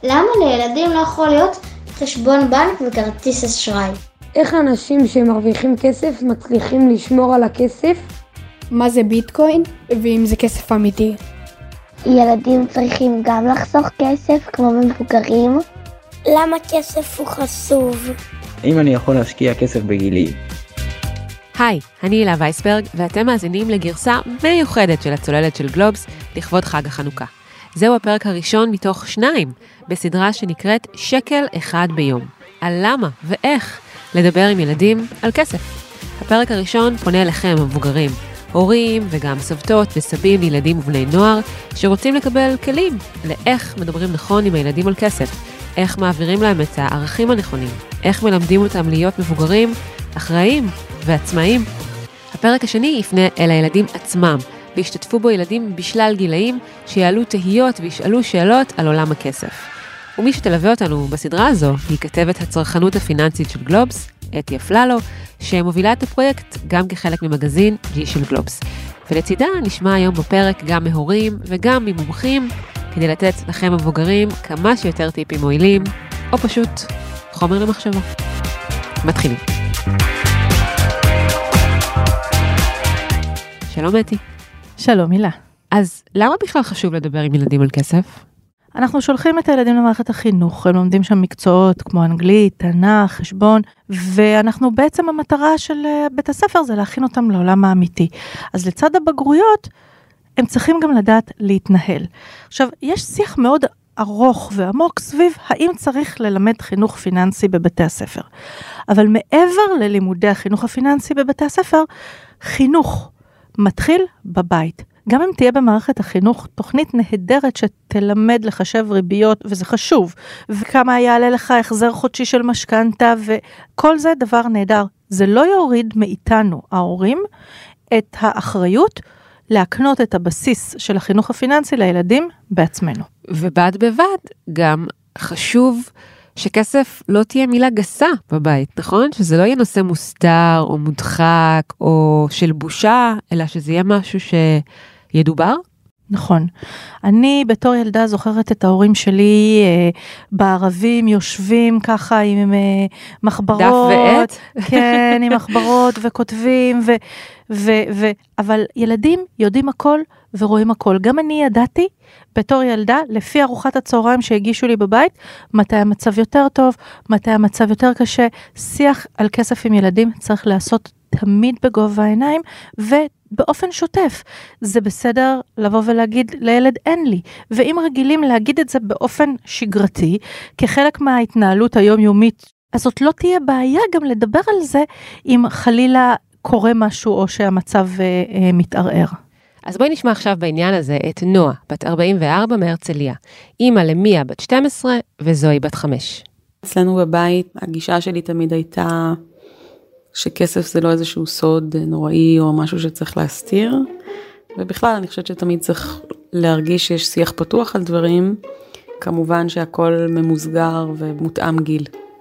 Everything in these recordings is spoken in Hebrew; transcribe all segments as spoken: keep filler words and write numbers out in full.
למה לילדים לא יכול להיות חשבון בנק וכרטיס אשראי? איך אנשים שמרוויחים כסף מצליחים לשמור על הכסף? מה זה ביטקוין ואם זה כסף אמיתי? ילדים צריכים גם לחסוך כסף כמו מבוגרים? למה כסף הוא חשוב? אם אני יכול להשקיע כסף בגילי. היי, אני הילה וייסברג, ואתם מאזינים לגרסה מיוחדת של הצוללת של גלובס לכבוד חג החנוכה. זהו הפרק הראשון מתוך שניים, בסדרה שנקראת שקל אחד ביום. על למה ואיך לדבר עם ילדים על כסף. הפרק הראשון פונה אליכם המבוגרים, הורים וגם סבתות וסבים לילדים ובני נוער, שרוצים לקבל כלים לאיך מדברים נכון עם הילדים על כסף, איך מעבירים להם את הערכים הנכונים, איך מלמדים אותם להיות מבוגרים, אחראיים ועצמאיים. הפרק השני יפנה אל הילדים עצמם, והשתתפו בו ילדים בשלל גילאים שיעלו תהיות וישאלו שאלות על עולם הכסף. ומי שתלווה אותנו בסדרה הזו היא כתבת הצרכנות הפיננסית של גלובס, אתי אפללו, שמובילה את הפרויקט גם כחלק ממגזין G של גלובס. ולצידה נשמע היום בפרק גם מהורים וגם ממומחים, כדי לתת לכם המבוגרים כמה שיותר טיפים מועילים, או פשוט חומר למחשבה. מתחילים. שלום אתי. שלום הילה. אז למה בכלל חשוב לדבר עם ילדים על כסף? אנחנו שולחים את הילדים למערכת החינוך, הם לומדים שם מקצועות כמו אנגלית, תנ"ך, חשבון, ואנחנו בעצם המטרה של בית הספר זה להכין אותם לעולם האמיתי. אז לצד הבגרויות, הם צריכים גם לדעת להתנהל. עכשיו, יש שיח מאוד ארוך ועמוק סביב האם צריך ללמד חינוך פיננסי בבתי הספר. אבל מעבר ללימודי החינוך הפיננסי בבתי הספר, חינוך מתחיל בבית. גם אם תהיה במערכת החינוך תוכנית נהדרת שתלמד לחשב ריביות, וזה חשוב, וכמה יעלה לך החזר חודשי של משכנתה, וכל זה דבר נהדר. זה לא יוריד מאיתנו, ההורים, את האחריות להקנות את הבסיס של החינוך הפיננסי לילדים בעצמנו. ובד בבד גם חשוב שכסף לא תהיה מילה גסה בבית, נכון? שזה לא יהיה נושא מוסתר או מודחק או של בושה, אלא שזה יהיה משהו שידובר? נכון. אני בתור ילדה זוכרת את ההורים שלי אה, בערבים יושבים ככה עם אה, מחברות. דף ועט? כן, עם מחברות וכותבים, ו, ו, ו, אבל ילדים יודעים הכל ורואים הכל. גם אני ידעתי בתור ילדה, לפי ארוחת הצהריים שהגישו לי בבית, מתי המצב יותר טוב, מתי המצב יותר קשה. שיח על כסף עם ילדים צריך לעשות תמיד בגובה העיניים, ובאופן שוטף. זה בסדר לבוא ולהגיד לילד אין לי, ואם רגילים להגיד את זה באופן שגרתי, כחלק מההתנהלות היומיומית, אז זאת לא תהיה בעיה גם לדבר על זה, אם חלילה קורה משהו או שהמצב אה, אה, מתערער. אז בואי נשמע עכשיו בעניין הזה את נועה, בת ארבעים וארבע מהרצליה, אמא למיה בת שתים עשרה וזוהי בת חמש. אצלנו בבית הגישה שלי תמיד הייתה שכסף זה לא איזשהו סוד נוראי או משהו שצריך להסתיר, ובכלל אני חושבת שתמיד צריך להרגיש שיש שיח פתוח על דברים, כמובן שהכל ממוסגר ומותאם גיל.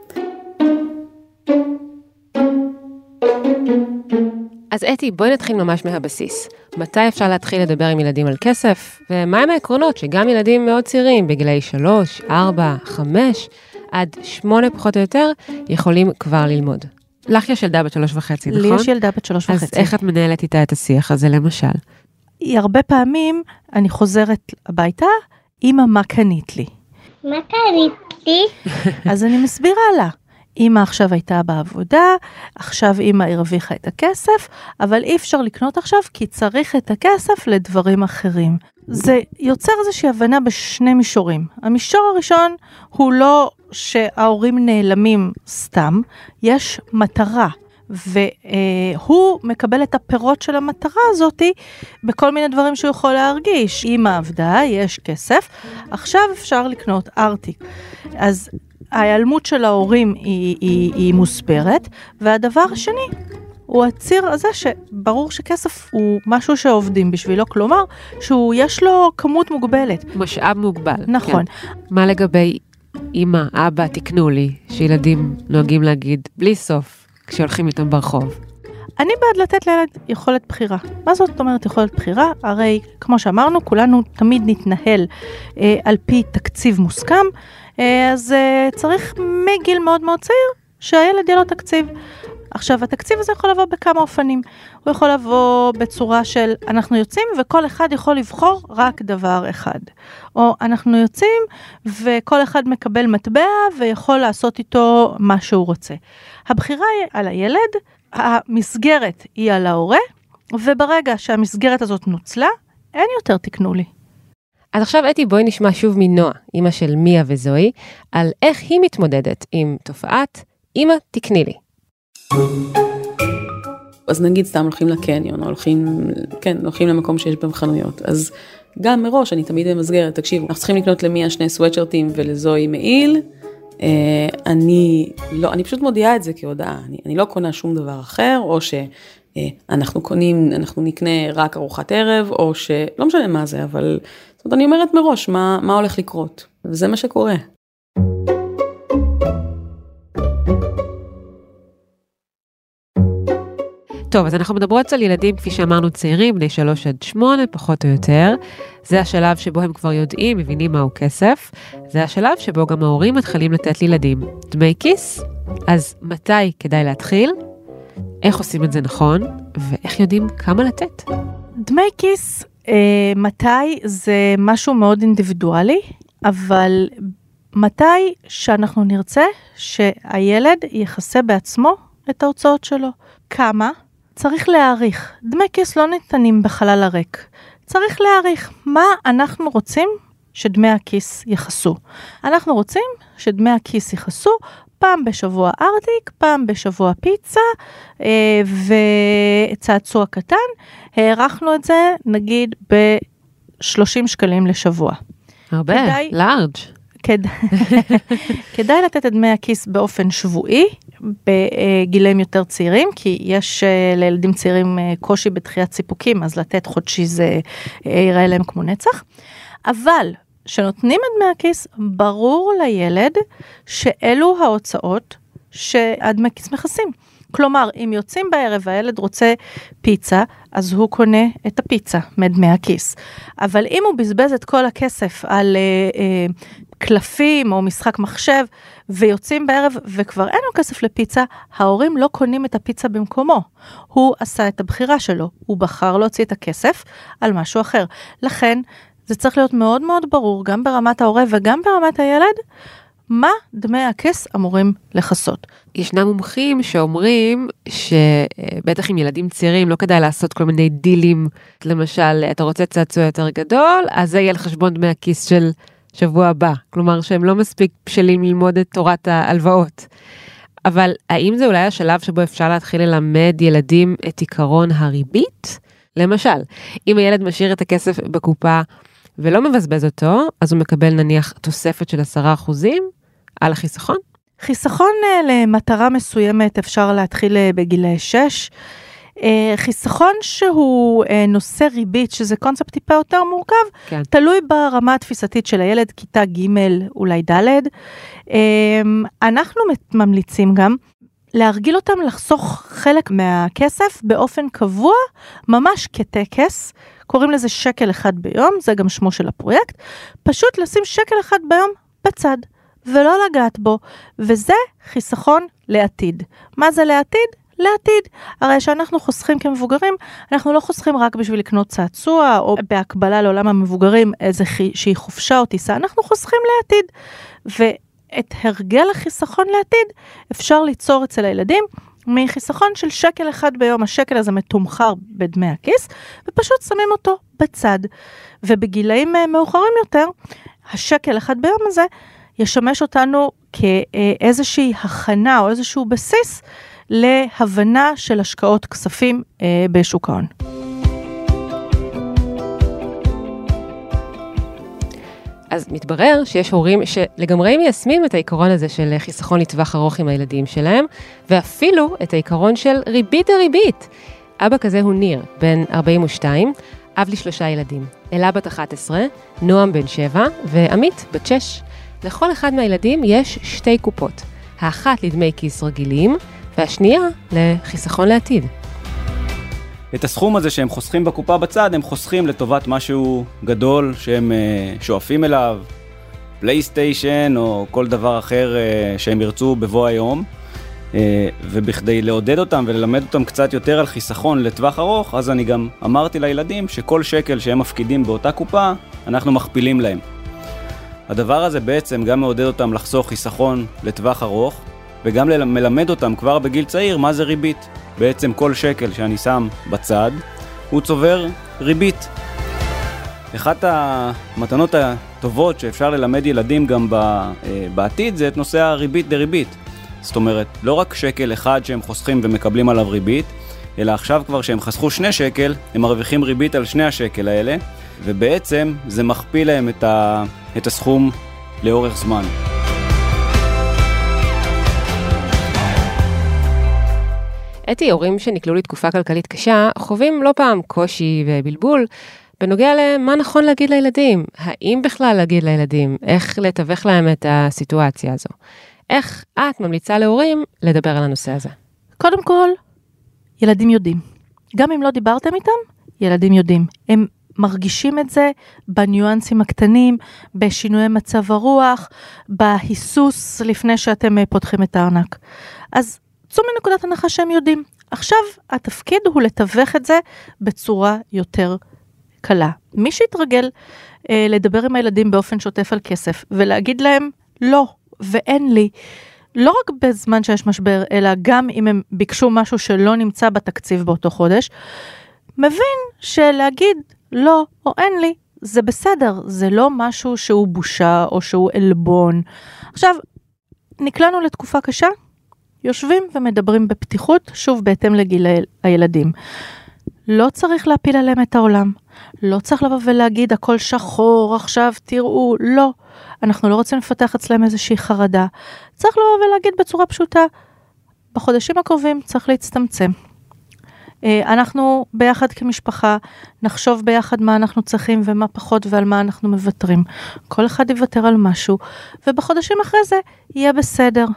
אז אתי, בואי נתחיל ממש מהבסיס. מתי אפשר להתחיל לדבר עם ילדים על כסף? ומהם העקרונות שגם ילדים מאוד צעירים, בגילאי שלוש, ארבע, חמש, עד שמונה פחות או יותר, יכולים כבר ללמוד. לך יש ילדה בת שלוש וחצי, נכון? לי יש ילדה בת שלוש וחצי. אז איך את מנהלת איתה את השיח הזה, למשל? הרבה פעמים אני חוזרת הביתה, אמא, מה קנית לי? מה קנית לי? אז אני מסבירה לה. אמא עכשיו הייתה בעבודה, עכשיו אמא הרוויחה את הכסף, אבל אי אפשר לקנות עכשיו כי צריך את הכסף לדברים אחרים. זה יוצר איזושהי הבנה בשני מישורים. המישור הראשון הוא לא שההורים נעלמים סתם, יש מטרה, והוא מקבל את הפירות של המטרה הזאת בכל מיני דברים שהוא יכול להרגיש. אמא עבדה, יש כסף, עכשיו אפשר לקנות ארטיק. אז ההיעלמות של ההורים היא, היא, היא מוסברת, והדבר השני הוא הציר הזה שברור שכסף הוא משהו שעובדים בשבילו, כלומר שהוא יש לו כמות מוגבלת. משאב מוגבל. נכון. כן. מה לגבי אמא, אבא, תקנו לי, שילדים נוהגים להגיד בלי סוף כשהולכים איתם ברחוב? אני בעד לתת לילד יכולת בחירה. מה זאת אומרת יכולת בחירה? הרי כמו שאמרנו, כולנו תמיד נתנהל אה, על פי תקציב מוסכם, אז צריך מגיל מאוד מאוד צעיר שהילד יהיה לו תקציב. עכשיו, התקציב הזה יכול לבוא בכמה אופנים. הוא יכול לבוא בצורה של אנחנו יוצאים וכל אחד יכול לבחור רק דבר אחד. או אנחנו יוצאים וכל אחד מקבל מטבע ויכול לעשות איתו מה שהוא רוצה. הבחירה היא על הילד, המסגרת היא על ההורה, וברגע שהמסגרת הזאת נוצלה, אין יותר תקנו לי. אז עכשיו אתי, בואי נשמע שוב מנועה, אמא של מיה וזוהי, על איך היא מתמודדת עם תופעת אמא תקני לי. אז נגיד סתם הולכים לקניון, או הולכים, כן, הולכים למקום שיש בהם חנויות, אז גם מראש אני תמיד במסגרת, תקשיבו, אנחנו צריכים לקנות למיה שני סוואטשרטים ולזוהי מעיל, אה, אני, לא, אני פשוט מודיעה את זה כהודעה, אני, אני לא קונה שום דבר אחר, או שאנחנו קונים, אנחנו נקנה רק ארוחת ערב, או שלא משנה מה זה, אבל זאת אומרת, אני אומרת מראש מה, מה הולך לקרות, וזה מה שקורה. טוב, אז אנחנו מדברות על ילדים, כפי שאמרנו, צעירים, בני שלוש עד שמונה, פחות או יותר. זה השלב שבו הם כבר יודעים, מבינים מהו כסף. זה השלב שבו גם ההורים מתחילים לתת לילדים דמי כיס. אז מתי כדאי להתחיל? איך עושים את זה נכון? ואיך יודעים כמה לתת? דמי כיס, אה, מתי זה משהו מאוד אינדיבידואלי, אבל מתי שאנחנו נרצה שהילד יחסה בעצמו את ההוצאות שלו. כמה? צריך להעריך. דמי כיס לא ניתנים בחלל הריק. צריך להעריך מה אנחנו רוצים שדמי הכיס יחסו. אנחנו רוצים שדמי הכיס יחסו פעם בשבוע ארטיק, פעם בשבוע פיצה וצעצוע קטן. הערכנו את זה נגיד ב-שלושים שקלים לשבוע. הרבה, כדאי... לארג'. כדאי, כדאי לתת את דמי הכיס באופן שבועי, בגילאים יותר צעירים, כי יש לילדים צעירים קושי בתחיית סיפוקים, אז לתת חודשי זה ייראה להם כמו נצח. אבל שנותנים את דמי הכיס, ברור לילד שאלו ההוצאות שהדמי כיס מכסים. כלומר, אם יוצאים בערב והילד רוצה פיצה, אז הוא קונה את הפיצה מדמי הכיס. אבל אם הוא בזבז את כל הכסף על אה, אה, קלפים או משחק מחשב, ויוצאים בערב וכבר אין לו כסף לפיצה, ההורים לא קונים את הפיצה במקומו. הוא עשה את הבחירה שלו, הוא בחר להוציא את הכסף על משהו אחר. לכן, זה צריך להיות מאוד מאוד ברור, גם ברמת ההורה וגם ברמת הילד, מה דמי הכיס אמורים לחסות. ישנם מומחים שאומרים שבטח עם ילדים צעירים לא כדאי לעשות כל מיני דילים, למשל, אתה רוצה צעצוע יותר גדול, אז זה יהיה על חשבון דמי הכיס של שבוע הבא. כלומר, שהם לא מספיק בשלים ללמוד את תורת ההלוואות. אבל האם זה אולי השלב שבו אפשר להתחיל ללמד ילדים את עיקרון הריבית? למשל, אם הילד משאיר את הכסף בקופה ולא מבזבז אותו, אז הוא מקבל נניח תוספת של עשרה אחוזים על החיסכון? חיסכון למטרה מסוימת אפשר להתחיל בגילי שש. חיסכון שהוא נושא ריבית, שזה קונספט טיפה יותר מורכב, כן. תלוי ברמה התפיסתית של הילד, כיתה ג' אולי ד'. אנחנו ממליצים גם להרגיל אותם לחסוך חלק מהכסף באופן קבוע, ממש כטקס, קוראים לזה שקל אחד ביום, זה גם שמו של הפרויקט, פשוט לשים שקל אחד ביום בצד, ולא לגעת בו, וזה חיסכון לעתיד. מה זה לעתיד? לעתיד. הרי שאנחנו חוסכים כמבוגרים, אנחנו לא חוסכים רק בשביל לקנות צעצוע, או בהקבלה לעולם המבוגרים איזושהי חופשה או טיסה, אנחנו חוסכים לעתיד. ואת הרגל החיסכון לעתיד אפשר ליצור אצל הילדים, מחיסכון של שקל אחד ביום, השקל הזה מתומחר בדמי הכיס, ופשוט שמים אותו בצד. ובגילאים מאוחרים יותר, השקל אחד ביום הזה ישמש אותנו כאיזושהי הכנה או איזשהו בסיס להבנה של השקעות כספים בשוק ההון. אז מתברר שיש הורים שלגמרי מיישמים את העיקרון הזה של חיסכון לטווח ארוך עם הילדים שלהם, ואפילו את העיקרון של ריבית דריבית. אבא כזה הוא ניר, בן ארבעים ושתיים, אב לשלושה ילדים. אלה בת אחת עשרה, נועם בן שבע, ועמית בת שש. לכל אחד מהילדים יש שתי קופות. האחת לדמי כיס רגילים, והשנייה לחיסכון לעתיד. את הסכום הזה שהם חוסכים בקופה בצד, הם חוסכים לטובת משהו גדול שהם שואפים אליו, פלייסטיישן או כל דבר אחר שהם ירצו בבוא היום. ובכדי לעודד אותם וללמד אותם קצת יותר על חיסכון לטווח ארוך, אז אני גם אמרתי לילדים שכל שקל שהם מפקידים באותה קופה, אנחנו מכפילים להם. הדבר הזה בעצם גם מעודד אותם לחסוך חיסכון לטווח ארוך, וגם מלמד אותם כבר בגיל צעיר מה זה ריבית. בעצם כל שקל שאני שם בצד, הוא צובר ריבית. אחת המתנות הטובות שאפשר ללמד ילדים גם בעתיד, זה את נושא הריבית דריבית. זאת אומרת, לא רק שקל אחד שהם חוסכים ומקבלים עליו ריבית, אלא עכשיו כבר שהם חסכו שני שקל, הם מרוויחים ריבית על שני השקל האלה, ובעצם זה מכפיל להם את, ה... את הסכום לאורך זמן. אתי, הורים שנקלעו לתקופה כלכלית קשה, חווים לא פעם קושי ובלבול, בנוגע למה נכון להגיד לילדים, האם בכלל להגיד לילדים, איך לתווך להם את הסיטואציה הזו. איך את ממליצה להורים לדבר על הנושא הזה? קודם כל, ילדים יודעים. גם אם לא דיברתם איתם, ילדים יודעים. הם מרגישים את זה בניואנסים הקטנים, בשינויי מצב הרוח, בהיסוס לפני שאתם פותחים את הארנק. אז צאו מנקודת הנחה שהם יודעים. עכשיו, התפקיד הוא לתווך את זה בצורה יותר קלה. מי שיתרגל אה, לדבר עם הילדים באופן שוטף על כסף, ולהגיד להם לא, ואין לי, לא רק בזמן שיש משבר, אלא גם אם הם ביקשו משהו שלא נמצא בתקציב באותו חודש, מבין שלהגיד לא או אין לי, זה בסדר, זה לא משהו שהוא בושה או שהוא אלבון. עכשיו, נקלענו לתקופה קשה, יושבים ומדברים בפתיחות, שוב בהתאם לגיל הילדים. לא צריך להפיל עליהם את העולם, לא צריך לבוא ולהגיד הכל שחור, עכשיו תראו, לא. אנחנו לא רוצים לפתח אצלם איזושהי חרדה. צריך לבוא ולהגיד בצורה פשוטה, בחודשים הקרובים צריך להצטמצם. אנחנו ביחד כמשפחה, נחשוב ביחד מה אנחנו צריכים ומה פחות ועל מה אנחנו מוותרים. כל אחד יוותר על משהו, ובחודשים אחרי זה יהיה בסדר.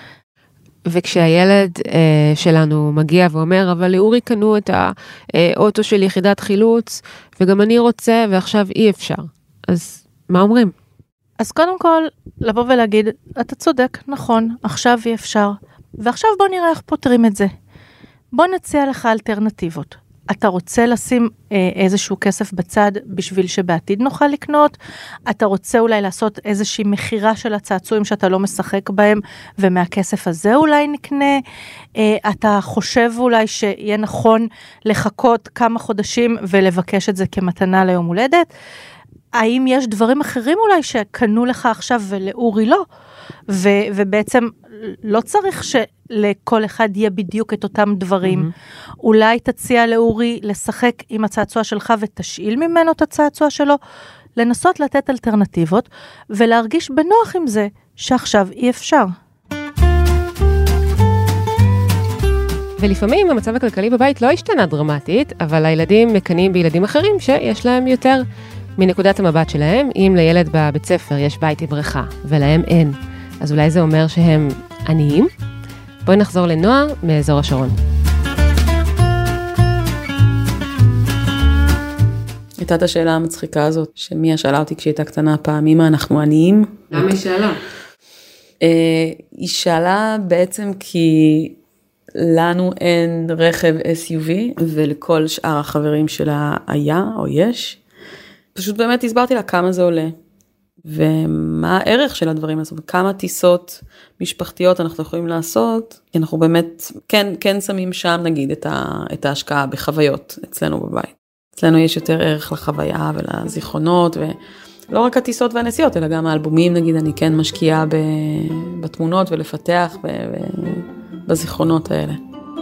וכשהילד אה, שלנו מגיע ואומר, אבל לאורי קנו את האוטו של יחידת חילוץ, וגם אני רוצה ועכשיו אי אפשר. אז מה אומרים? אז קודם כל, לבוא ולהגיד, אתה צודק, נכון, עכשיו אי אפשר. ועכשיו בוא נראה איך פותרים את זה. בוא נציע לך אלטרנטיבות. אתה רוצה לשים אה, איזשהו כסף בצד בשביל שבעתיד נוכל לקנות? אתה רוצה אולי לעשות איזושהי מחירה של הצעצועים שאתה לא משחק בהם, ומהכסף הזה אולי נקנה? אה, אתה חושב אולי שיהיה נכון לחכות כמה חודשים ולבקש את זה כמתנה ליום הולדת? האם יש דברים אחרים אולי שקנו לך עכשיו ולאורי לא? ו, ובעצם לא צריך שלכל אחד יהיה בדיוק את אותם דברים. Mm-hmm. אולי תציע לאורי לשחק עם הצעצוע שלך ותשאיל ממנו את הצעצוע שלו, לנסות לתת אלטרנטיבות ולהרגיש בנוח עם זה שעכשיו אי אפשר. ולפעמים המצב הכלכלי בבית לא השתנה דרמטית, אבל הילדים מקנים בילדים אחרים שיש להם יותר. מנקודת המבט שלהם, אם לילד בבית ספר יש בית עם בריכה, ולהם אין, אז אולי זה אומר שהם עניים? בואי נחזור לנועה מאזור השרון. הייתה את השאלה המצחיקה הזאת, שמיה שאלה אותי כשהייתה קטנה פעם, אמא, אנחנו עניים? למה היא שאלה? היא שאלה בעצם כי לנו אין רכב אס יו וי, ולכל שאר החברים שלה היה או יש, פשוט באמת הסברתי לה כמה זה עולה, ומה הערך של הדברים לעשות, וכמה טיסות משפחתיות אנחנו יכולים לעשות, כי אנחנו באמת, כן, כן שמים שם נגיד את, ה, את ההשקעה בחוויות אצלנו בבית. אצלנו יש יותר ערך לחוויה ולזיכרונות, ולא רק הטיסות והנסיעות, אלא גם האלבומים נגיד, אני כן משקיעה ב, בתמונות ולפתח ב, ב, בזיכרונות האלה.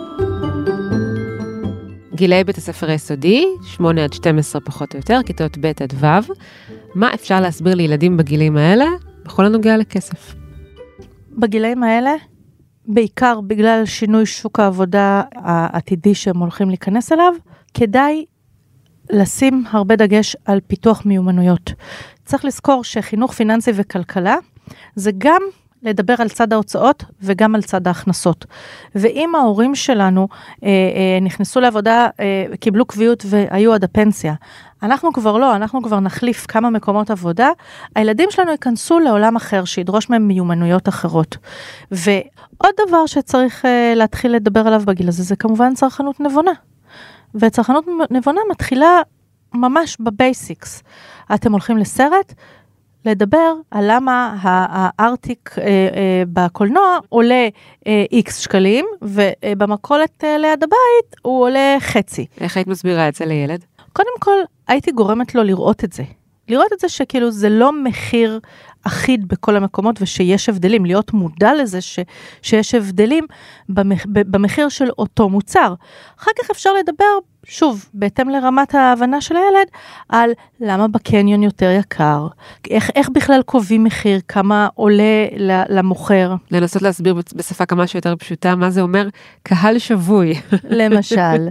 גילי בית הספר היסודי, שמונה עד שתים עשרה פחות או יותר, כיתות ב' עד ו', מה אפשר להסביר לילדים בגילים האלה, בכל הנוגע לכסף? בגילאים האלה, בעיקר בגלל שינוי שוק העבודה העתידי שהם הולכים להיכנס אליו, כדאי לשים הרבה דגש על פיתוח מיומנויות. צריך לזכור שחינוך פיננסי וכלכלה, זה גם לדבר על צד ההוצאות וגם על צד ההכנסות. ואם ההורים שלנו אה, אה, נכנסו לעבודה, אה, קיבלו קביעות והיו עד הפנסיה, אנחנו כבר לא, אנחנו כבר נחליף כמה מקומות עבודה, הילדים שלנו ייכנסו לעולם אחר, שידרוש מהם מיומנויות אחרות. ועוד דבר שצריך אה, להתחיל לדבר עליו בגיל הזה, זה כמובן צרכנות נבונה. וצרכנות נבונה מתחילה ממש בבייסיקס. אתם הולכים לסרט, לדבר על למה הארטיק אה, אה, בקולנוע עולה אה, איקס שקלים, ובמכולת אה, ליד הבית הוא עולה חצי. איך היית מסבירה את זה לילד? קודם כל, הייתי גורמת לו לראות את זה. לראות את זה שכאילו זה לא מחיר אחיד בכל המקומות, ושיש הבדלים, להיות מודע לזה ש, שיש הבדלים במח, במחיר של אותו מוצר. אחר כך אפשר לדבר, שוב, בהתאם לרמת ההבנה של הילד, על למה בקניון יותר יקר, איך, איך בכלל קובעים מחיר, כמה עולה למוכר. לנסות להסביר בשפה כמה שיותר פשוטה, מה זה אומר קהל שבוי. למשל.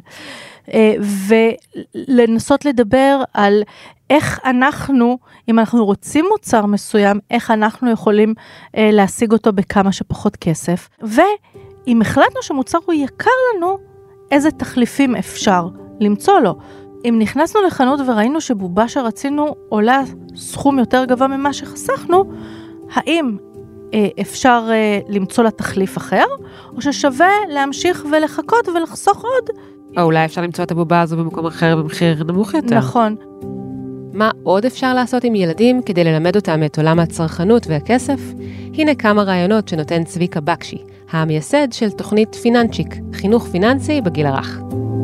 ולנסות לדבר על איך אנחנו, אם אנחנו רוצים מוצר מסוים, איך אנחנו יכולים אה, להשיג אותו בכמה שפחות כסף, ואם החלטנו שמוצר הוא יקר לנו, איזה תחליפים אפשר למצוא לו. אם נכנסנו לחנות וראינו שבובה שרצינו עולה סכום יותר גבוה ממה שחסכנו, האם אה, אפשר אה, למצוא לה תחליף אחר, או ששווה להמשיך ולחכות ולחסוך עוד? או אולי אפשר למצוא את הבובה הזו במקום אחר במחיר נמוך יותר. נכון. מה עוד אפשר לעשות עם ילדים כדי ללמד אותם את עולם הצרכנות והכסף? הנה כמה רעיונות שנותן צביקה בקשי, המייסד של תוכנית פיננצ'יק, חינוך פיננסי בגיל הרך.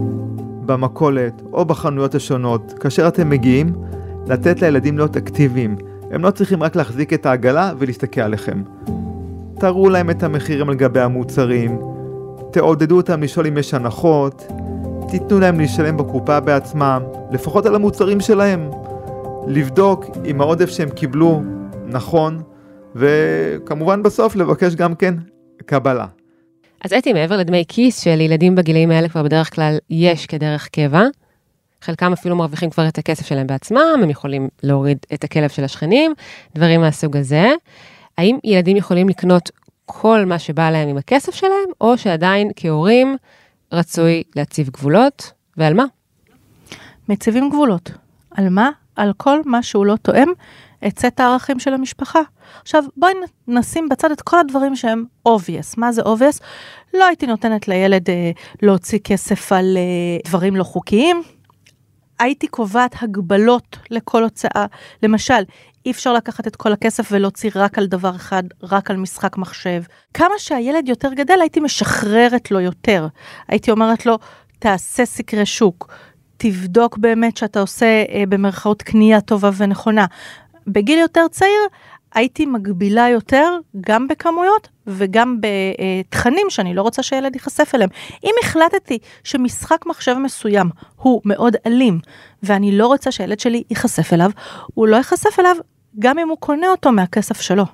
במכולת או בחנויות השונות, כאשר אתם מגיעים, לתת לילדים להיות אקטיביים. הם לא צריכים רק להחזיק את העגלה ולהסתכל עליכם. תראו להם את המחירים על גבי המוצרים, תעודדו אותם לשאול אם יש הנחות, תיתנו להם להשלם בקופה בעצמם, לפחות על המוצרים שלהם. לבדוק אם העודף שהם קיבלו נכון, וכמובן בסוף לבקש גם כן קבלה. אז אתי, מעבר לדמי כיס של ילדים בגילאים האלה כבר בדרך כלל יש כדרך קבע, חלקם אפילו מרוויחים כבר את הכסף שלהם בעצמם, הם יכולים להוריד את הכלב של השכנים, דברים מהסוג הזה. האם ילדים יכולים לקנות כל מה שבא להם עם הכסף שלהם, או שעדיין כהורים רצוי להציב גבולות, ועל מה? מציבים גבולות. על מה? על כל מה שהוא לא תואם את סט הערכים של המשפחה. עכשיו, בואי נשים בצד את כל הדברים שהם obvious. מה זה obvious? לא הייתי נותנת לילד אה, להוציא כסף על אה, דברים לא חוקיים. הייתי קובעת הגבלות לכל הוצאה. למשל, אי אפשר לקחת את כל הכסף ולהוציא רק על דבר אחד, רק על משחק מחשב. כמה שהילד יותר גדל, הייתי משחררת לו יותר. הייתי אומרת לו, תעשה סקרי שוק, תבדוק באמת שאתה עושה אה, במרכאות קנייה טובה ונכונה. בגיל יותר צעיר, הייתי מגבילה יותר, גם בכמויות וגם בתכנים שאני לא רוצה שהילד ייחשף אליהם. אם החלטתי שמשחק מחשב מסוים הוא מאוד אלים, ואני לא רוצה שהילד שלי ייחשף אליו, הוא לא ייחשף אליו גם אם הוא קונה אותו מהכסף שלו.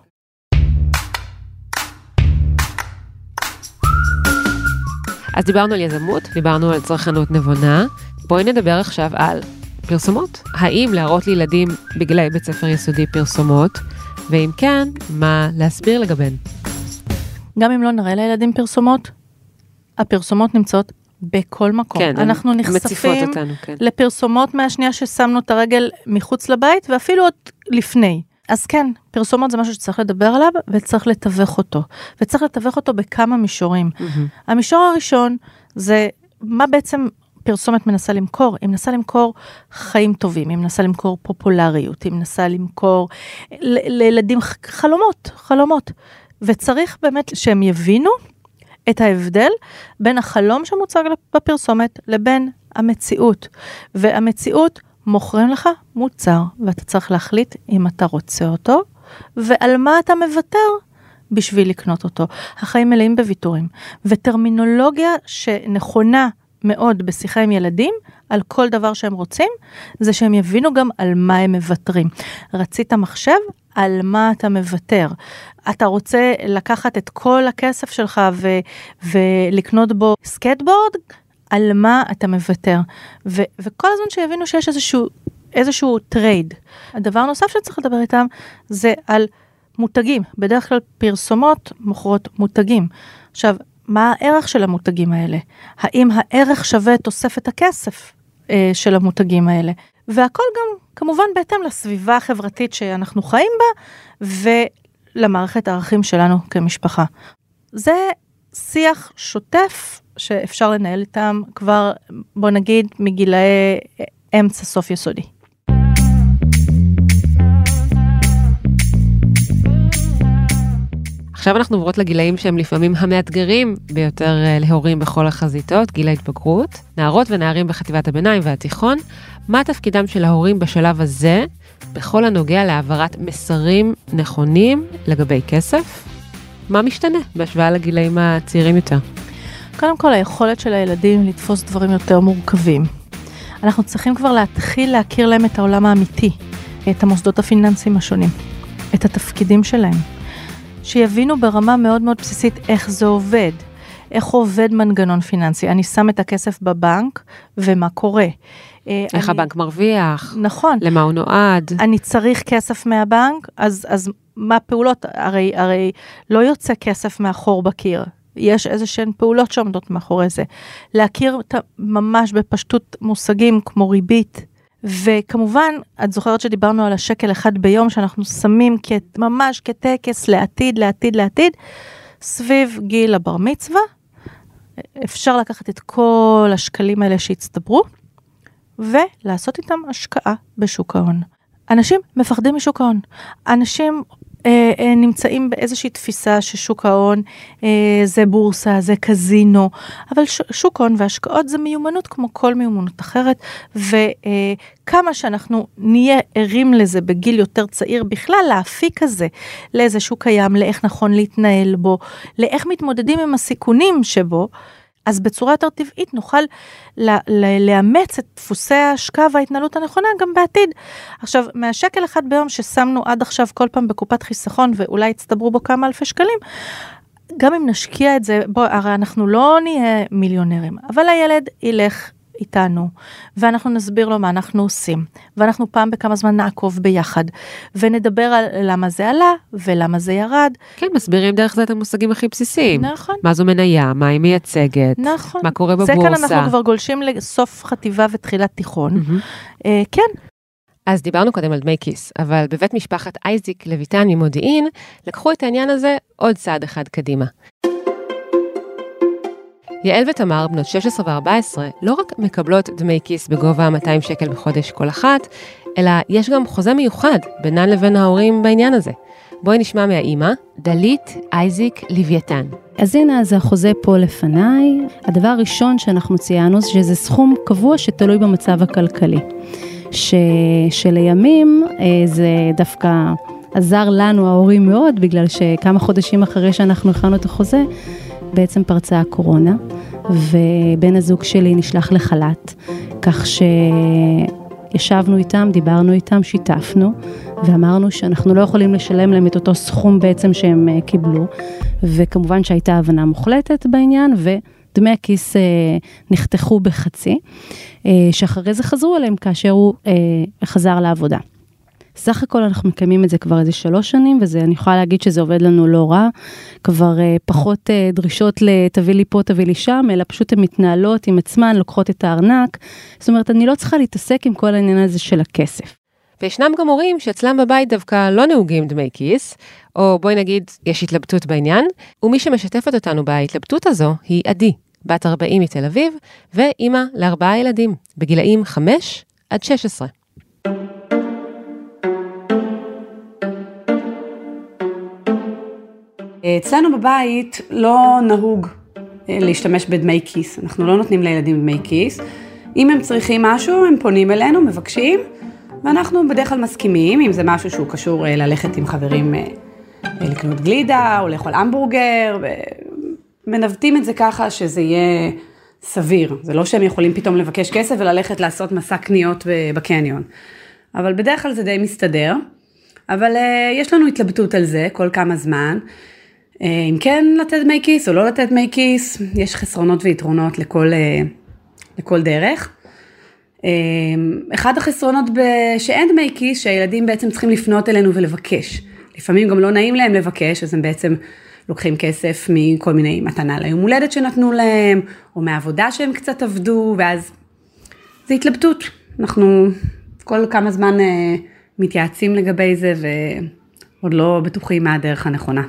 אז דיברנו על יזמות, דיברנו על צרכנות נבונה, בואי נדבר עכשיו על פרסומות. האם להראות לילדים בגילאי בית ספר יסודי פרסומות, ואם כן, מה להסביר לגביהן? גם אם לא נראה לילדים פרסומות, הפרסומות נמצאות בכל מקום. כן, אנחנו נחשפים אותנו, כן. לפרסומות מהשנייה ששמנו את הרגל מחוץ לבית, ואפילו עוד לפני. אז כן, פרסומות זה משהו שצריך לדבר עליו, וצריך לתווך אותו. וצריך לתווך אותו בכמה מישורים. Mm-hmm. המישור הראשון זה מה בעצם פרסומת מנסה למכור. היא מנסה למכור חיים טובים, היא מנסה למכור פופולריות, היא מנסה למכור לילדים חלומות, חלומות. וצריך באמת שהם יבינו את ההבדל בין החלום שמוצג בפרסומת לבין המציאות. והמציאות מוכרים לך מוצר, ואתה צריך להחליט אם אתה רוצה אותו, ועל מה אתה מוותר בשביל לקנות אותו. החיים מלאים בוויתורים. וטרמינולוגיה שנכונה מאוד בשיחה עם ילדים, על כל דבר שהם רוצים, זה שהם יבינו גם על מה הם מוותרים. רצית מחשב? על מה אתה מוותר. אתה רוצה לקחת את כל הכסף שלך ו- ולקנות בו סקייטבורד? על מה אתה מוותר. ו- וכל הזמן שיבינו שיש איזשהו, איזשהו טרייד. הדבר נוסף שצריך לדבר איתם, זה על מותגים, בדרך כלל פרסומות מוכרות מותגים. עכשיו, מה הערך של המותגים האלה? האם הערך שווה תוספת הכסף אה, של המותגים האלה? והכל גם כמובן בהתאם לסביבה החברתית שאנחנו חיים בה, ולמערכת הערכים שלנו כמשפחה. זה שיח שוטף שאפשר לנהל איתם כבר, בוא נגיד, מגילאי אמצע סוף יסודי. עכשיו אנחנו עוברות לגילאים שהם לפעמים המאתגרים ביותר להורים בכל החזיתות, גיל ההתבגרות, נערות ונערים בחטיבת הביניים והתיכון. מה תפקידם של ההורים בשלב הזה, בכל הנוגע להעברת מסרים נכונים לגבי כסף? מה משתנה בהשוואה לגילאים הצעירים יותר? קודם כל, היכולת של הילדים לתפוס דברים יותר מורכבים. אנחנו צריכים כבר להתחיל להכיר להם את העולם האמיתי, את המוסדות הפיננסיים השונים, את התפקידים שלהם. שיבינו ברמה מאוד מאוד בסיסית איך זה עובד, איך עובד מנגנון פיננסי. אני שם את הכסף בבנק, ומה קורה. איך אני... הבנק מרוויח. נכון. למה הוא נועד. אני צריך כסף מהבנק, אז, אז מה פעולות? הרי, הרי לא יוצא כסף מאחור בקיר. יש איזשהן פעולות שעומדות מאחורי זה. להכיר ממש בפשטות מושגים כמו ריבית, וכמובן, את זוכרת שדיברנו על השקל אחד ביום, שאנחנו שמים כת, ממש כטקס לעתיד, לעתיד, לעתיד, סביב גיל הבר מצווה, אפשר לקחת את כל השקלים האלה שהצטברו, ולעשות איתם השקעה בשוק ההון. אנשים מפחדים משוק ההון. אנשים אה, אה, נמצאים באיזושהי תפיסה ששוק ההון אה, זה בורסה, זה קזינו, אבל ש, שוק ההון והשקעות זה מיומנות כמו כל מיומנות אחרת, וכמה שאנחנו נהיה ערים לזה בגיל יותר צעיר בכלל, להפיק הזה לאיזה שוק קיים, לאיך נכון להתנהל בו, לאיך מתמודדים עם הסיכונים שבו, אז בצורה יותר טבעית נוכל לאמץ את דפוסי ההשקעה וההתנהלות הנכונה גם בעתיד. עכשיו, מהשקל אחד ביום ששמנו עד עכשיו כל פעם בקופת חיסכון, ואולי הצטברו בו כמה אלפי שקלים, גם אם נשקיע את זה, בוא, הרי אנחנו לא נהיה מיליונרים, אבל הילד ילך איתנו, ואנחנו נסביר לו מה אנחנו עושים, ואנחנו פעם בכמה זמן נעקוב ביחד, ונדבר על למה זה עלה, ולמה זה ירד. כן, מסבירים דרך זה את המושגים הכי בסיסיים. נכון. מה זו מניה, מה היא מייצגת, נכון. מה קורה בבורסה. זה כאן אנחנו כבר גולשים לסוף חטיבה ותחילת תיכון. Mm-hmm. אה, כן. אז דיברנו קודם על דמי כיס, אבל בבית משפחת אייזיק לויטן ממודיעין, לקחו את העניין הזה עוד צעד אחד קדימה. יעל ותמר, בנות שש עשרה ו-ארבע עשרה, לא רק מקבלות דמי כיס בגובה מאתיים שקל בחודש כל אחת, אלא יש גם חוזה מיוחד בינן לבין ההורים בעניין הזה. בואי נשמע מהאימא, דלית אייזיק לויטן. אז הנה, אז החוזה פה לפניי. הדבר הראשון שאנחנו ציינו, שזה סכום קבוע שתלוי במצב הכלכלי. ש... שלימים זה דווקא עזר לנו ההורים מאוד, בגלל שכמה חודשים אחרי שאנחנו הכנו את החוזה, בעצם פרצה הקורונה, ובן הזוג שלי נשלח לחל"ת, כך שישבנו איתם, דיברנו איתם, שיתפנו, ואמרנו שאנחנו לא יכולים לשלם להם את אותו סכום בעצם שהם קיבלו, וכמובן שהייתה הבנה מוחלטת בעניין, ודמי הכיס נחתכו בחצי, שאחרי זה חזרו אליהם כאשר הוא חזר לעבודה. סך הכל אנחנו מקיימים את זה כבר איזה שלוש שנים, וזה, אני יכולה להגיד שזה עובד לנו לא רע, כבר פחות דרישות לתביא לי פה, תביא לי שם, אלא פשוט הן מתנהלות עם עצמן, לוקחות את הארנק, זאת אומרת, אני לא צריכה להתעסק עם כל העניין הזה של הכסף. וישנם גם הורים שאצלם בבית דווקא לא נהוגים דמי כיס, או בואי נגיד, יש התלבטות בעניין, ומי שמשתפת אותנו בהתלבטות הזו היא עדי, בת ארבעים מתל אביב, ואימא לארבעה ילדים, בגילאים חמש עד שש עשרה. אצלנו בבית לא נהוג להשתמש בדמי כיס, אנחנו לא נותנים לילדים דמי כיס. אם הם צריכים משהו, הם פונים אלינו, מבקשים, ואנחנו בדרך כלל מסכימים, אם זה משהו שהוא קשור ללכת עם חברים לקנות גלידה או לאכול המבורגר, מנווטים את זה ככה שזה יהיה סביר. זה לא שהם יכולים פתאום לבקש כסף וללכת לעשות מסע קניות בקניון. אבל בדרך כלל זה די מסתדר. אבל יש לנו התלבטות על זה כל כמה זמן. אם כן לתת דמי כיס או לא לתת דמי כיס, יש חסרונות ויתרונות לכל, לכל דרך. אחד החסרונות שאין דמי כיס, שהילדים בעצם צריכים לפנות אלינו ולבקש. לפעמים גם לא נעים להם לבקש, אז הם בעצם לוקחים כסף מכל מיני מתנה ליום הולדת שנתנו להם, או מהעבודה שהם קצת עבדו, ואז זה התלבטות. אנחנו כל כמה זמן אה, מתייעצים לגבי זה, ועוד לא בטוחים מה הדרך הנכונה.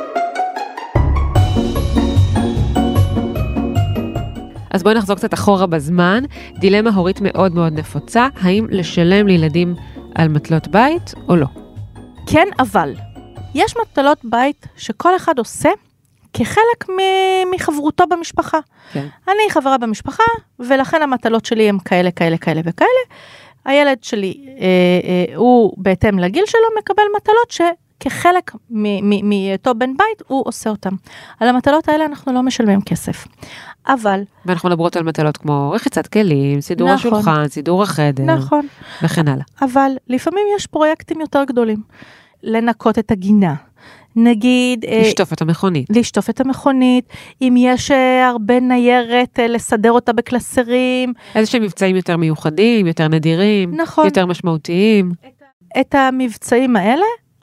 אז בואי נחזור קצת אחורה בזמן. דילמה הורית מאוד מאוד נפוצה, האם לשלם לילדים על מטלות בית או לא? כן, אבל יש מטלות בית שכל אחד עושה כחלק מ- מחברותו במשפחה. כן. אני חברה במשפחה, ולכן המטלות שלי הן כאלה, כאלה, כאלה וכאלה. הילד שלי, אה, אה, הוא בהתאם לגיל שלו, מקבל מטלות שכחלק מאותו בן בית, הוא עושה אותם. על המטלות האלה אנחנו לא משלמים כסף. אבל... ואנחנו מדברות על מטלות כמו רחיצת כלים, סידור נכון. השולחן, סידור החדר, נכון. וכן הלאה. אבל לפעמים יש פרויקטים יותר גדולים. לנקות את הגינה. נגיד... לשטוף את המכונית. לשטוף את המכונית. אם יש הרבה ניירת, לסדר אותה בקלסרים. איזה שהם מבצעים יותר מיוחדים, יותר נדירים. נכון. יותר משמעותיים. את המבצעים האלה,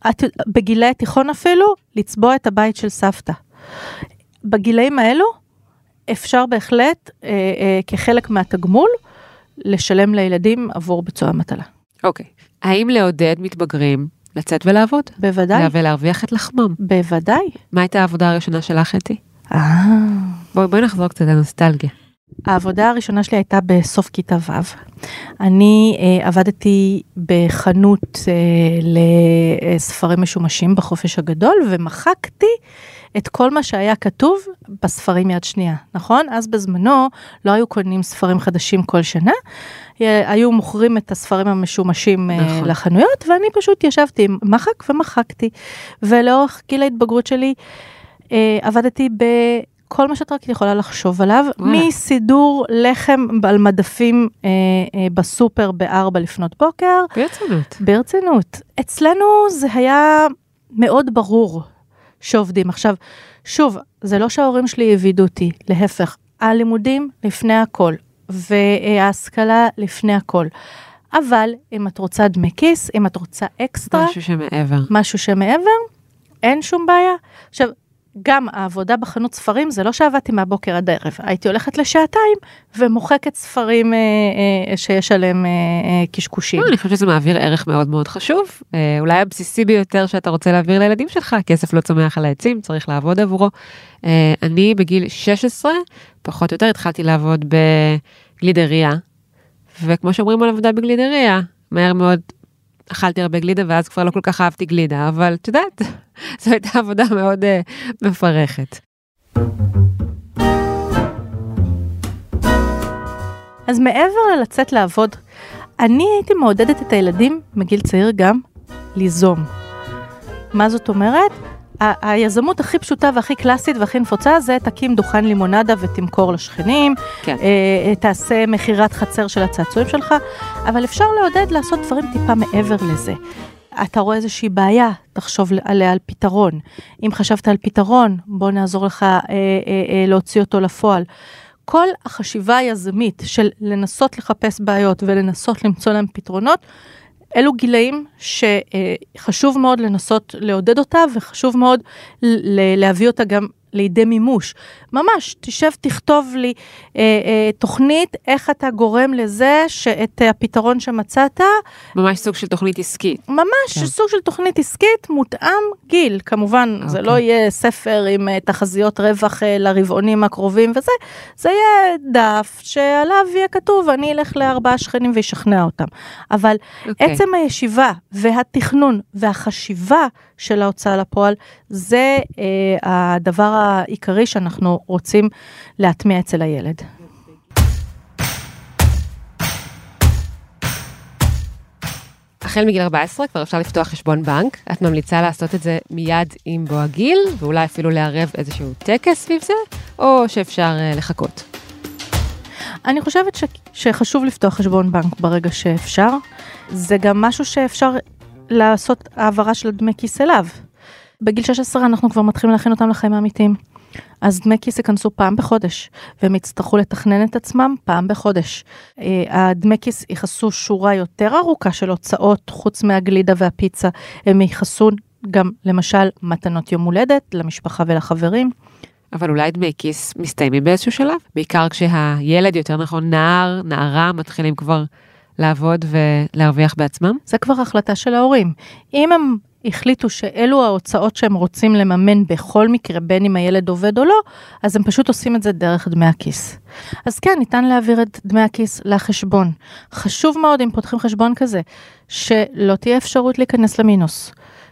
בגילי תיכון אפילו, לצבוע את הבית של סבתא. בגילאים האלו, אפשר בהחלט, אה, אה, כחלק מהתגמול, לשלם לילדים עבור ביצוע המטלה. אוקיי. האם לעודד מתבגרים לצאת ולעבוד? בוודאי. ולהרוויח את לחמם? בוודאי. מה הייתה העבודה הראשונה שלך, אתי? אה. בואי, בואי נחזור קצת לנוסטלגיה. העבודה הראשונה שלי הייתה בסוף כיתה ו'. אני אה, עבדתי בחנות אה, לספרים משומשים בחופש הגדול, ומחקתי את כל מה שהיה כתוב בספרים יד שנייה, נכון? אז בזמנו לא היו קונים ספרים חדשים כל שנה, היו מוכרים את הספרים המשומשים נכון. לחנויות, ואני פשוט ישבתי עם מחק ומחקתי, ולאורך גיל ההתבגרות שלי אה, עבדתי ב... כל מה שאת רק יכולה לחשוב עליו, וואלה. מסידור לחם על מדפים אה, אה, בסופר בארבע לפנות בוקר. ברצינות. ברצינות. אצלנו זה היה מאוד ברור שעובדים. עכשיו, שוב, זה לא שההורים שלי יבידו אותי, להפך, הלימודים לפני הכל, וההשכלה לפני הכל. אבל אם את רוצה דמי כיס, אם את רוצה אקסטרה, משהו שמעבר. משהו שמעבר, אין שום בעיה. עכשיו, גם העבודה בחנות ספרים, זה לא שעבדתי מהבוקר עד הערב, הייתי הולכת לשעתיים, ומוחקת ספרים אה, אה, שיש עליהם אה, אה, קשקושים. לא, אני חושבת שזה מעביר ערך מאוד מאוד חשוב, אה, אולי הבסיסי ביותר שאתה רוצה להעביר לילדים שלך, כסף לא צומח על העצים, צריך לעבוד עבורו. אה, אני בגיל שש עשרה, פחות או יותר, התחלתי לעבוד בגלידריה, וכמו שאומרים על עבודה בגלידריה, מהר מאוד אכלתי הרבה גלידה, ואז כבר לא כל כך אהבתי גלידה, אבל את יודעת, זו הייתה עבודה מאוד uh, מפרכת. אז מעבר ללצאת לעבוד, אני הייתי מעודדת את הילדים מגיל צעיר גם ליזום. מה זאת אומרת? ה- היזמות הכי פשוטה והכי קלאסית והכי נפוצה זה תקים דוכן לימונדה ותמכור לשכנים, כן. אה, תעשה מחירת חצר של הצעצועים שלך, אבל אפשר לעודד לעשות דברים טיפה מעבר לזה. אתה רואה איזושהי בעיה, תחשוב עליה על פתרון. אם חשבת על פתרון, בוא נעזור לך אה, אה, אה, להוציא אותו לפועל. כל החשיבה היזמית של לנסות לחפש בעיות ולנסות למצוא להם פתרונות, אלו גילאים שחשוב מאוד לנסות לעודד אותה, ופחשוב מאוד להביא אותה גם לידי מימוש. ממש, תשב, תכתוב לי אה, אה, תוכנית, איך אתה גורם לזה שאת הפתרון שמצאת. ממש סוג של תוכנית עסקית. ממש כן. סוג של תוכנית עסקית, מותאם גיל. כמובן, okay. זה לא יהיה ספר עם uh, תחזיות רווח uh, לרבעונים הקרובים וזה, זה יהיה דף שעליו יהיה כתוב, אני אלך לארבעה שכנים וישכנע אותם. אבל okay. עצם הישיבה והתכנון והחשיבה של ההוצאה לפועל, זה uh, הדבר העיקרי שאנחנו רוצים להטמיע אצל הילד. החל מגיל ארבע עשרה כבר אפשר לפתוח חשבון בנק, את ממליצה לעשות את זה מיד עם בוא הגיל, ואולי אפילו לערב איזשהו טקס סביב זה, או שאפשר uh, לחכות? אני חושבת ש... שחשוב לפתוח חשבון בנק ברגע שאפשר, זה גם משהו שאפשר לעשות העברה של דמי כיס אליו. בגיל שש עשרה אנחנו כבר מתחילים להכין אותם לחיים האמיתיים. אז דמי כיס יכנסו פעם בחודש, והם יצטרכו לתכנן את עצמם פעם בחודש. הדמי כיס יכנסו שורה יותר ארוכה של הוצאות, חוץ מהגלידה והפיצה, הם יכנסו גם למשל מתנות יום הולדת למשפחה ולחברים. אבל אולי דמי כיס מסתיימים באיזשהו שלב, בעיקר כשהילד, יותר נכון נער, נערה, מתחילים כבר לעבוד ולהרוויח בעצמם? זה כבר החלטה של ההורים. אם הם החליטו שאלו ההוצאות שהם רוצים לממן בכל מקרה, בין אם הילד עובד או לא, אז הם פשוט עושים את זה דרך דמי הכיס. אז כן, ניתן להעביר את דמי הכיס לחשבון. חשוב מאוד אם פותחים חשבון כזה, שלא תהיה אפשרות להיכנס למינוס.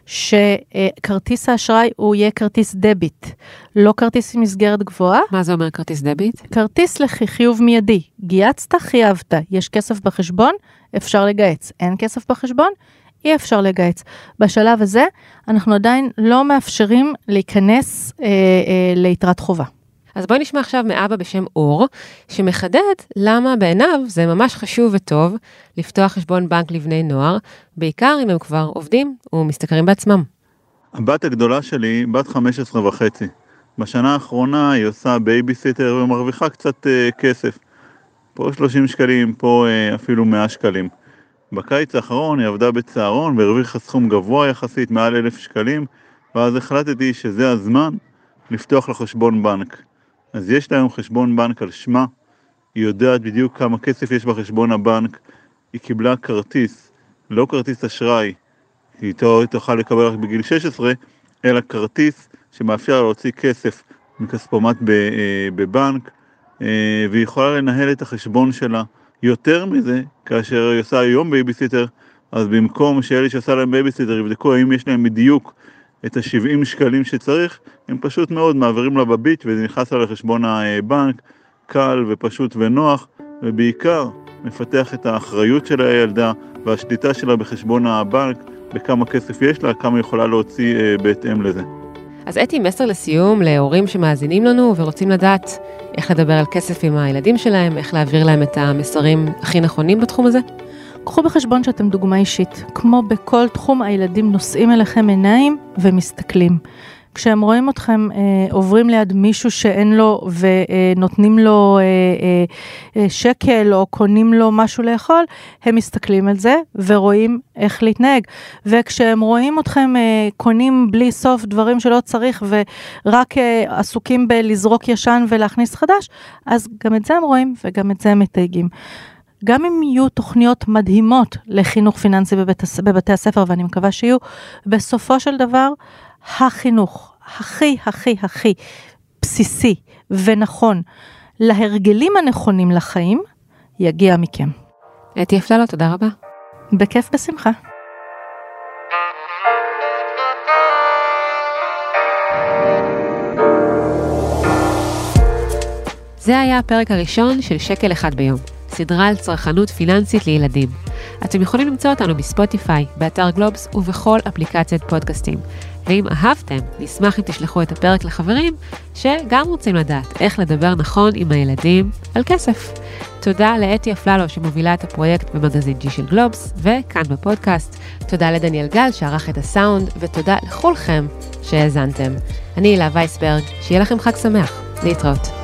שכרטיס האשראי הוא יהיה כרטיס דביט, לא כרטיס עם מסגרת גבוהה. מה זה אומר כרטיס דביט? כרטיס לחיוב מיידי. גייצת, חייבת. יש כסף בחשבון, אפשר לגייץ. אין כסף בחשבון, אי אפשר לגייץ. בשלב הזה, אנחנו עדיין לא מאפשרים להיכנס אה, אה, ליתרת חובה. אז בואי נשמע עכשיו מאבא בשם אור, שמחדד למה בעיניו זה ממש חשוב וטוב לפתוח חשבון בנק לבני נוער, בעיקר אם הם כבר עובדים ומשתכרים בעצמם. הבת הגדולה שלי, בת חמש עשרה וחצי. בשנה האחרונה היא עושה בייביסיטר ומרוויחה קצת uh, כסף. פה שלושים שקלים, פה uh, אפילו מאה שקלים. בקיץ האחרון היא עבדה בצהרון והרוויחה סכום גבוה יחסית, מעל אלף שקלים, ואז החלטתי שזה הזמן לפתוח לחשבון בנק. אז יש לה היום חשבון בנק על שמה, היא יודעת בדיוק כמה כסף יש בחשבון הבנק, היא קיבלה כרטיס, לא כרטיס אשראי, היא תוכל לקבל רק בגיל שש עשרה, אלא כרטיס שמאפשר להוציא כסף מכספומט בבנק, והיא יכולה לנהל את החשבון שלה. יותר מזה, כאשר היא עושה היום בייביסיטר, אז במקום שאלה שעושה להם בייביסיטר יבדקו האם יש להם בדיוק את ה-שבעים שקלים שצריך, הם פשוט מאוד מעבירים לה בביט, וזה נכנס לה לחשבון הבנק, קל ופשוט ונוח, ובעיקר מפתח את האחריות של הילדה, והשליטה שלה בחשבון הבנק, בכמה כסף יש לה, כמה יכולה להוציא אה, בהתאם לזה. אז אתי, מסר לסיום להורים שמאזינים לנו, ורוצים לדעת איך לדבר על כסף עם הילדים שלהם, איך להעביר להם את המסרים הכי נכונים בתחום הזה? קחו בחשבון שאתם דוגמה אישית. כמו בכל תחום, הילדים נושאים אליכם עיניים ומסתכלים. כשהם רואים אתכם אה, עוברים ליד מישהו שאין לו ונותנים לו אה, אה, שקל או קונים לו משהו לאכול, הם מסתכלים על זה ורואים איך להתנהג. וכשהם רואים אתכם אה, קונים בלי סוף דברים שלא צריך ורק אה, עסוקים בלזרוק ישן ולהכניס חדש, אז גם את זה הם רואים וגם את זה הם מתייגים. גם אם יהיו תוכניות מדהימות לחינוך פיננסי בבית, בבתי הספר, ואני מקווה שיהיו, בסופו של דבר, החינוך הכי, הכי, הכי בסיסי ונכון, להרגלים הנכונים לחיים, יגיע מכם. אתי אפללו, תודה רבה. בכיף, בשמחה. זה היה הפרק הראשון של שקל אחד ביום. סדרה על צרכנות פיננסית לילדים. אתם יכולים למצוא אותנו בספוטיפיי, באתר גלובס ובכל אפליקציית פודקאסטים. ואם אהבתם, נשמח אם תשלחו את הפרק לחברים שגם רוצים לדעת איך לדבר נכון עם הילדים על כסף. תודה לאתי אפללו שמובילה את הפרויקט במגזין ג'י של גלובס, וכאן בפודקאסט. תודה לדניאל גל שערך את הסאונד, ותודה לכולכם שהאזנתם. אני הילה וייסברג, שיהיה לכם חג שמח. להתראות.